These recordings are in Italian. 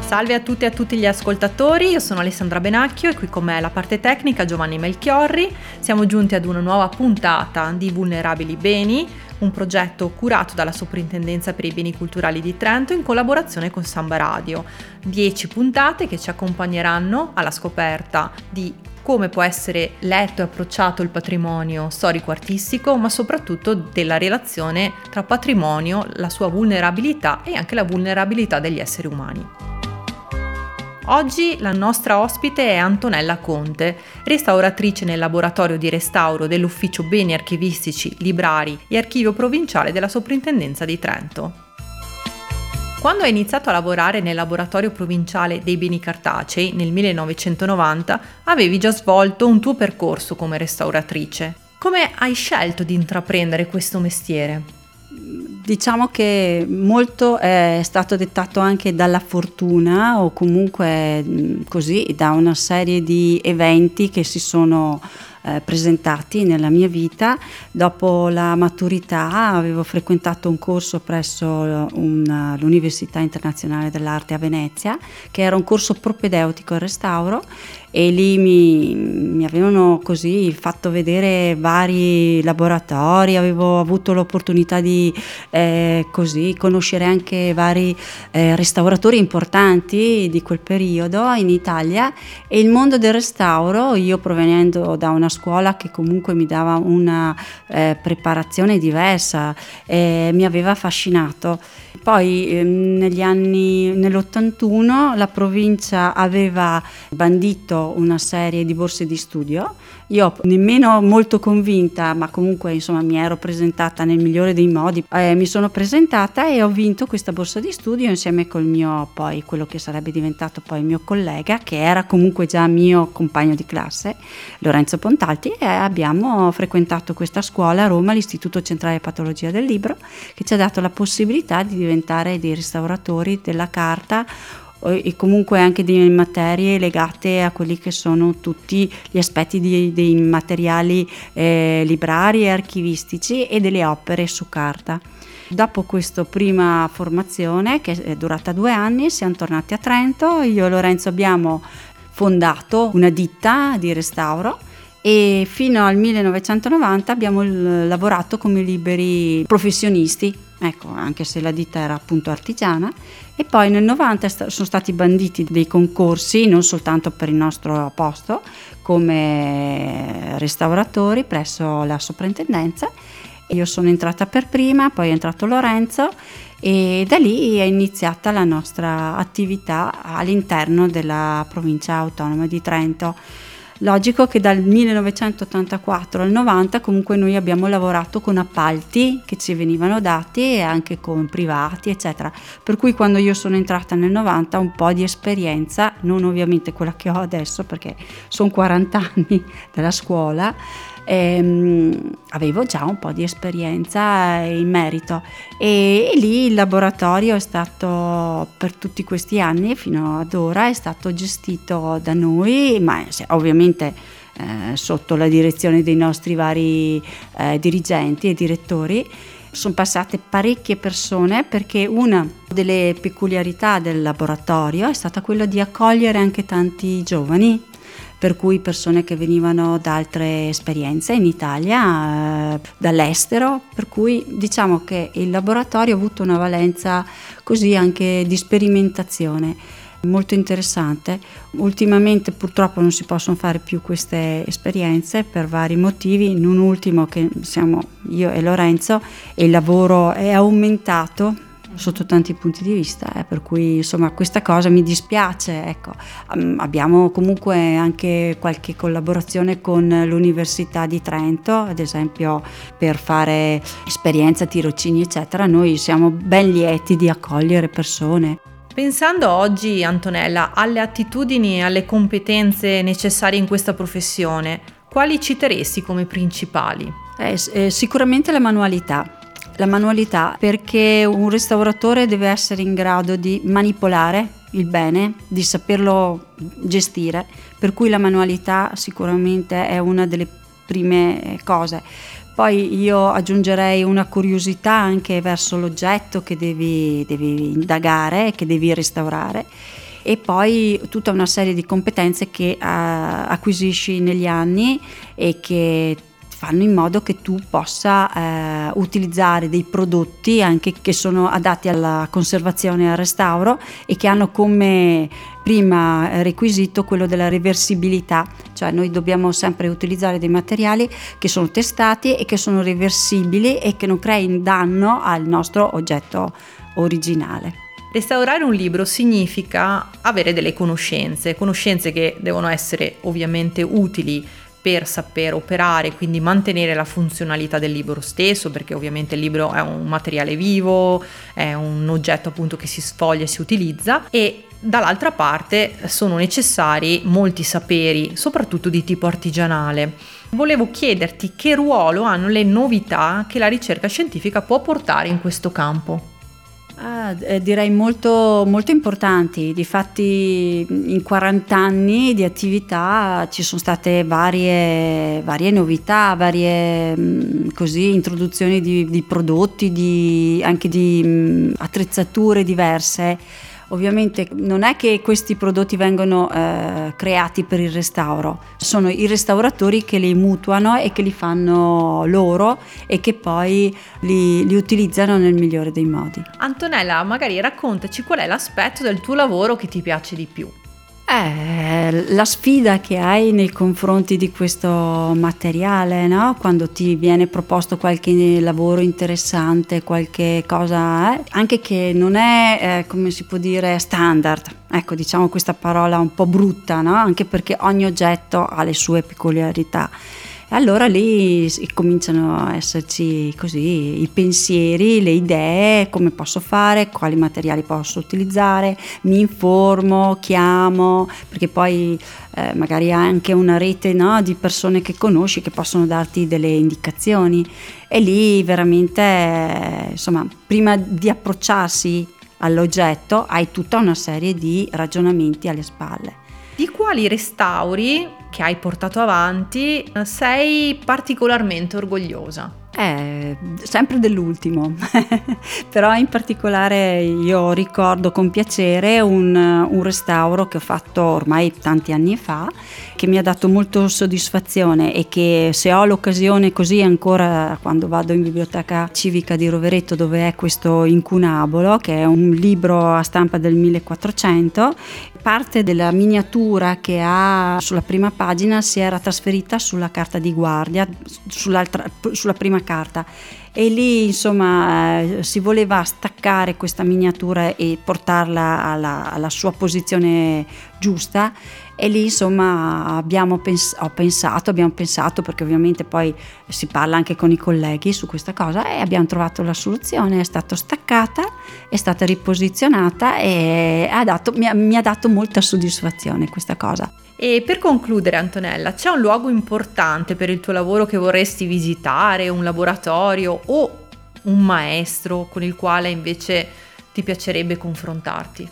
Salve a tutte e a tutti gli ascoltatori, io sono Alessandra Benacchio e qui con me la parte tecnica Giovanni Melchiorri. Siamo giunti ad una nuova puntata di Vulnerabili Beni, un progetto curato dalla Soprintendenza per i Beni Culturali di Trento in collaborazione con Samba Radio. 10 puntate che ci accompagneranno alla scoperta di come può essere letto e approcciato il patrimonio storico-artistico, ma soprattutto della relazione tra patrimonio, la sua vulnerabilità e anche la vulnerabilità degli esseri umani. Oggi la nostra ospite è Antonella Conte, restauratrice nel laboratorio di restauro dell'Ufficio Beni Archivistici, Librari e Archivio Provinciale della Soprintendenza di Trento. Quando hai iniziato a lavorare nel laboratorio provinciale dei beni cartacei nel 1990, avevi già svolto un tuo percorso come restauratrice. Come hai scelto di intraprendere questo mestiere? Diciamo che molto è stato dettato anche dalla fortuna o comunque così da una serie di eventi che si sono presentati nella mia vita. Dopo la maturità avevo frequentato un corso presso l'Università Internazionale dell'Arte a Venezia, che era un corso propedeutico al restauro, e lì mi avevano così fatto vedere vari laboratori, avevo avuto l'opportunità di così conoscere anche vari restauratori importanti di quel periodo in Italia. E il mondo del restauro, io provenendo da una scuola che comunque mi dava una preparazione diversa, mi aveva affascinato. Poi nell'81 la provincia aveva bandito una serie di borse di studio. Io nemmeno molto convinta, ma comunque insomma mi ero presentata nel migliore dei modi, mi sono presentata e ho vinto questa borsa di studio insieme col mio, poi quello che sarebbe diventato poi il mio collega, che era comunque già mio compagno di classe, Lorenzo Pontalti, e abbiamo frequentato questa scuola a Roma, l'Istituto Centrale Patologia del Libro, che ci ha dato la possibilità di diventare dei restauratori della carta e comunque anche di materie legate a quelli che sono tutti gli aspetti dei materiali librari e archivistici e delle opere su carta. Dopo questa prima formazione, che è durata 2 anni, siamo tornati a Trento. Io e Lorenzo abbiamo fondato una ditta di restauro e fino al 1990 abbiamo lavorato come liberi professionisti, ecco, anche se la ditta era appunto artigiana. E poi nel 90 sono stati banditi dei concorsi, non soltanto per il nostro posto come restauratori presso la soprintendenza. Io sono entrata per prima, poi è entrato Lorenzo e da lì è iniziata la nostra attività all'interno della provincia autonoma di Trento. Logico che dal 1984 al 90 comunque noi abbiamo lavorato con appalti che ci venivano dati e anche con privati eccetera, per cui quando io sono entrata nel 90 un po' di esperienza, non ovviamente quella che ho adesso perché sono 40 anni della scuola, avevo già un po' di esperienza in merito e lì il laboratorio è stato per tutti questi anni fino ad ora è stato gestito da noi, ma ovviamente sotto la direzione dei nostri vari dirigenti e direttori. Sono passate parecchie persone perché una delle peculiarità del laboratorio è stata quella di accogliere anche tanti giovani, per cui persone che venivano da altre esperienze in Italia, dall'estero, per cui diciamo che il laboratorio ha avuto una valenza così anche di sperimentazione molto interessante. Ultimamente purtroppo non si possono fare più queste esperienze per vari motivi, non ultimo che siamo io e Lorenzo e il lavoro è aumentato sotto tanti punti di vista, per cui insomma questa cosa mi dispiace, ecco. Abbiamo comunque anche qualche collaborazione con l'Università di Trento, ad esempio per fare esperienza, tirocini eccetera. Noi siamo ben lieti di accogliere persone. Pensando oggi, Antonella, alle attitudini e alle competenze necessarie in questa professione, quali citeresti come principali? Sicuramente la manualità. La manualità, perché un restauratore deve essere in grado di manipolare il bene, di saperlo gestire, per cui la manualità sicuramente è una delle prime cose. Poi io aggiungerei una curiosità anche verso l'oggetto che devi indagare, che devi restaurare, e poi tutta una serie di competenze che acquisisci negli anni e che fanno in modo che tu possa utilizzare dei prodotti anche che sono adatti alla conservazione e al restauro e che hanno come prima requisito quello della reversibilità, cioè noi dobbiamo sempre utilizzare dei materiali che sono testati e che sono reversibili e che non creino danno al nostro oggetto originale. Restaurare un libro significa avere delle conoscenze che devono essere ovviamente utili per saper operare, quindi mantenere la funzionalità del libro stesso, perché ovviamente il libro è un materiale vivo, è un oggetto appunto che si sfoglia e si utilizza, e dall'altra parte sono necessari molti saperi, soprattutto di tipo artigianale. Volevo chiederti che ruolo hanno le novità che la ricerca scientifica può portare in questo campo. Direi molto, molto importanti. Difatti in 40 anni di attività ci sono state varie novità, varie introduzioni di prodotti, anche di attrezzature diverse. Ovviamente non è che questi prodotti vengono creati per il restauro, sono i restauratori che li mutuano e che li fanno loro e che poi li utilizzano nel migliore dei modi. Antonella, magari raccontaci qual è l'aspetto del tuo lavoro che ti piace di più. La sfida che hai nei confronti di questo materiale, no? Quando ti viene proposto qualche lavoro interessante, qualche cosa, anche che non è, come si può dire, standard. Ecco, diciamo questa parola un po' brutta, no? Anche perché ogni oggetto ha le sue peculiarità. E allora lì cominciano a esserci così i pensieri, le idee, come posso fare, quali materiali posso utilizzare, mi informo, chiamo, perché poi magari hai anche una rete, no, di persone che conosci che possono darti delle indicazioni e lì veramente, insomma, prima di approcciarsi all'oggetto hai tutta una serie di ragionamenti alle spalle. Di quali restauri che hai portato avanti sei particolarmente orgogliosa? Sempre dell'ultimo, però in particolare io ricordo con piacere un restauro che ho fatto ormai tanti anni fa, che mi ha dato molto soddisfazione e che se ho l'occasione così ancora quando vado in biblioteca civica di Rovereto dove è questo incunabolo, che è un libro a stampa del 1400, parte della miniatura che ha sulla prima pagina si era trasferita sulla carta di guardia, sulla prima carta, e lì insomma si voleva staccare questa miniatura e portarla alla sua posizione giusta, e lì insomma abbiamo pensato perché ovviamente poi si parla anche con i colleghi su questa cosa e abbiamo trovato la soluzione, è stata staccata, è stata riposizionata e mi ha dato molta soddisfazione questa cosa. E per concludere, Antonella, c'è un luogo importante per il tuo lavoro che vorresti visitare, un laboratorio o un maestro con il quale invece ti piacerebbe confrontarti?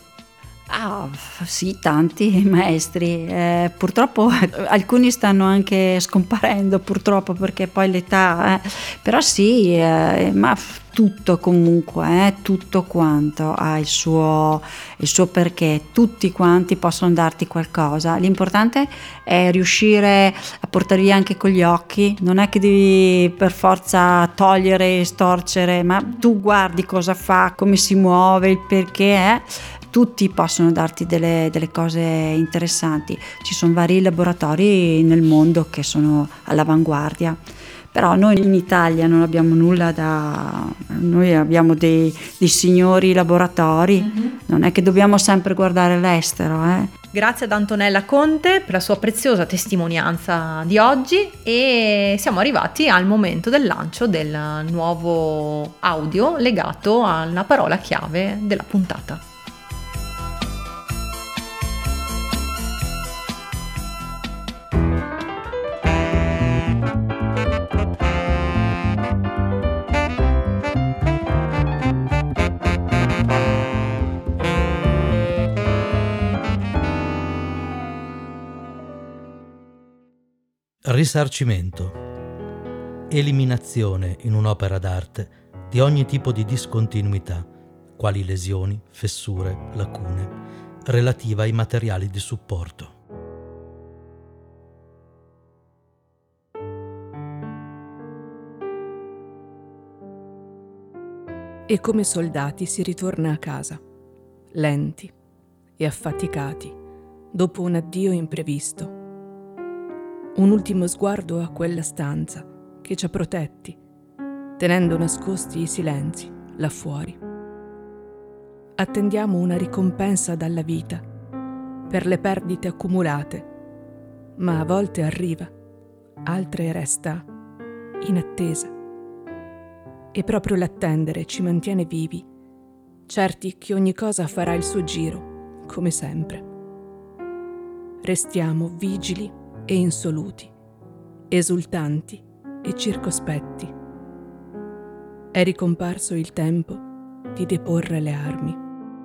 Sì, tanti maestri, purtroppo alcuni stanno anche scomparendo purtroppo perché poi l'età, però sì, ma tutto comunque, tutto quanto ha il suo perché, tutti quanti possono darti qualcosa, l'importante è riuscire a portare via anche con gli occhi, non è che devi per forza togliere e storcere, ma tu guardi cosa fa, come si muove, il perché è. Tutti possono darti delle cose interessanti, ci sono vari laboratori nel mondo che sono all'avanguardia, però noi in Italia non abbiamo nulla noi abbiamo dei signori laboratori, non è che dobbiamo sempre guardare l'estero. Grazie ad Antonella Conte per la sua preziosa testimonianza di oggi e siamo arrivati al momento del lancio del nuovo audio legato alla parola chiave della puntata. Risarcimento. Eliminazione in un'opera d'arte di ogni tipo di discontinuità, quali lesioni, fessure, lacune, relativa ai materiali di supporto. E come soldati si ritorna a casa, lenti e affaticati, dopo un addio imprevisto. Un ultimo sguardo a quella stanza che ci ha protetti, tenendo nascosti i silenzi là fuori. Attendiamo una ricompensa dalla vita per le perdite accumulate, ma a volte arriva, altre resta in attesa. E proprio l'attendere ci mantiene vivi, certi che ogni cosa farà il suo giro, come sempre. Restiamo vigili e insoluti, esultanti e circospetti. È ricomparso il tempo di deporre le armi.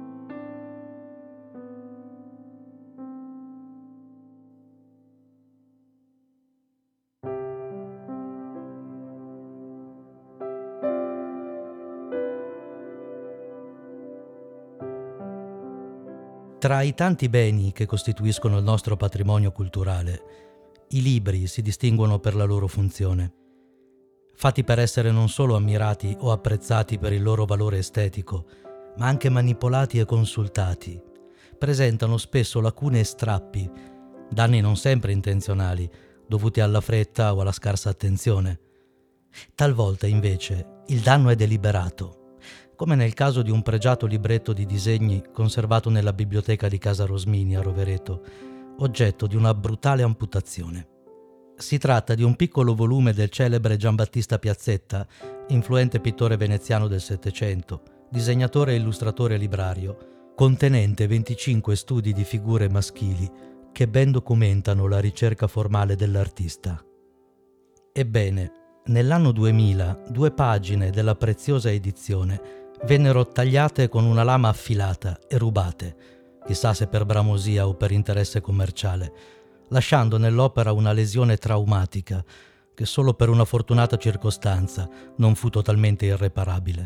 Tra i tanti beni che costituiscono il nostro patrimonio culturale, i libri si distinguono per la loro funzione. Fatti per essere non solo ammirati o apprezzati per il loro valore estetico, ma anche manipolati e consultati, presentano spesso lacune e strappi, danni non sempre intenzionali, dovuti alla fretta o alla scarsa attenzione. Talvolta, invece, il danno è deliberato, come nel caso di un pregiato libretto di disegni conservato nella biblioteca di Casa Rosmini a Rovereto, oggetto di una brutale amputazione. Si tratta di un piccolo volume del celebre Giambattista Piazzetta, influente pittore veneziano del Settecento, disegnatore, illustratore e librario, contenente 25 studi di figure maschili che ben documentano la ricerca formale dell'artista. Ebbene, nell'anno 2000, 2 pagine della preziosa edizione vennero tagliate con una lama affilata e rubate, chissà se per bramosia o per interesse commerciale, lasciando nell'opera una lesione traumatica che solo per una fortunata circostanza non fu totalmente irreparabile.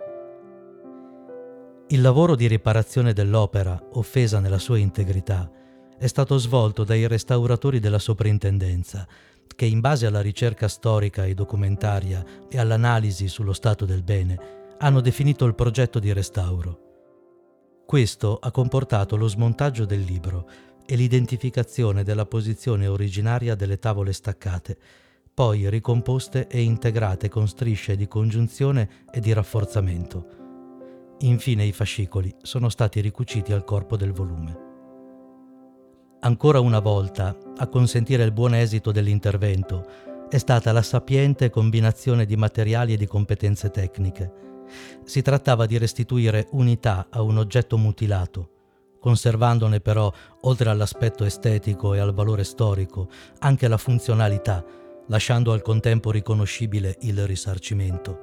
Il lavoro di riparazione dell'opera, offesa nella sua integrità, è stato svolto dai restauratori della soprintendenza, che in base alla ricerca storica e documentaria e all'analisi sullo stato del bene hanno definito il progetto di restauro. Questo ha comportato lo smontaggio del libro e l'identificazione della posizione originaria delle tavole staccate, poi ricomposte e integrate con strisce di congiunzione e di rafforzamento. Infine i fascicoli sono stati ricuciti al corpo del volume. Ancora una volta, a consentire il buon esito dell'intervento, è stata la sapiente combinazione di materiali e di competenze tecniche. Si trattava di restituire unità a un oggetto mutilato, conservandone però, oltre all'aspetto estetico e al valore storico, anche la funzionalità, lasciando al contempo riconoscibile il risarcimento.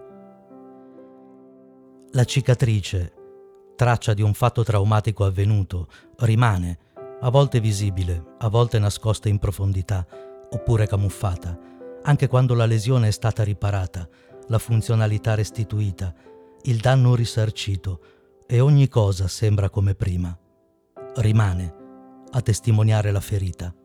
La cicatrice, traccia di un fatto traumatico avvenuto, rimane, a volte visibile, a volte nascosta in profondità, oppure camuffata, anche quando la lesione è stata riparata, la funzionalità restituita, il danno risarcito e ogni cosa sembra come prima. Rimane a testimoniare la ferita.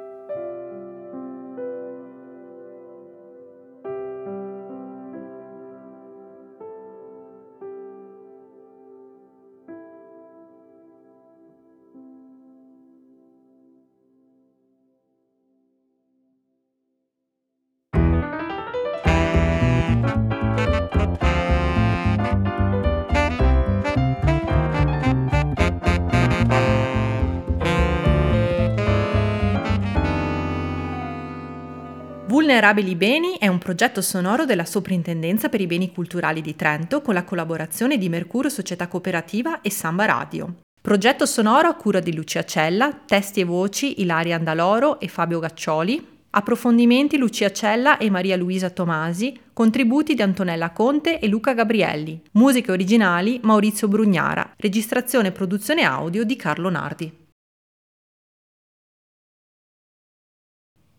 Vulnerabili Beni è un progetto sonoro della Soprintendenza per i Beni Culturali di Trento con la collaborazione di Mercurio Società Cooperativa e Samba Radio. Progetto sonoro a cura di Lucia Cella, testi e voci Ilaria Andaloro e Fabio Gaccioli, approfondimenti Lucia Cella e Maria Luisa Tomasi, contributi di Antonella Conte e Luca Gabrielli, musiche originali Maurizio Brugnara, registrazione e produzione audio di Carlo Nardi.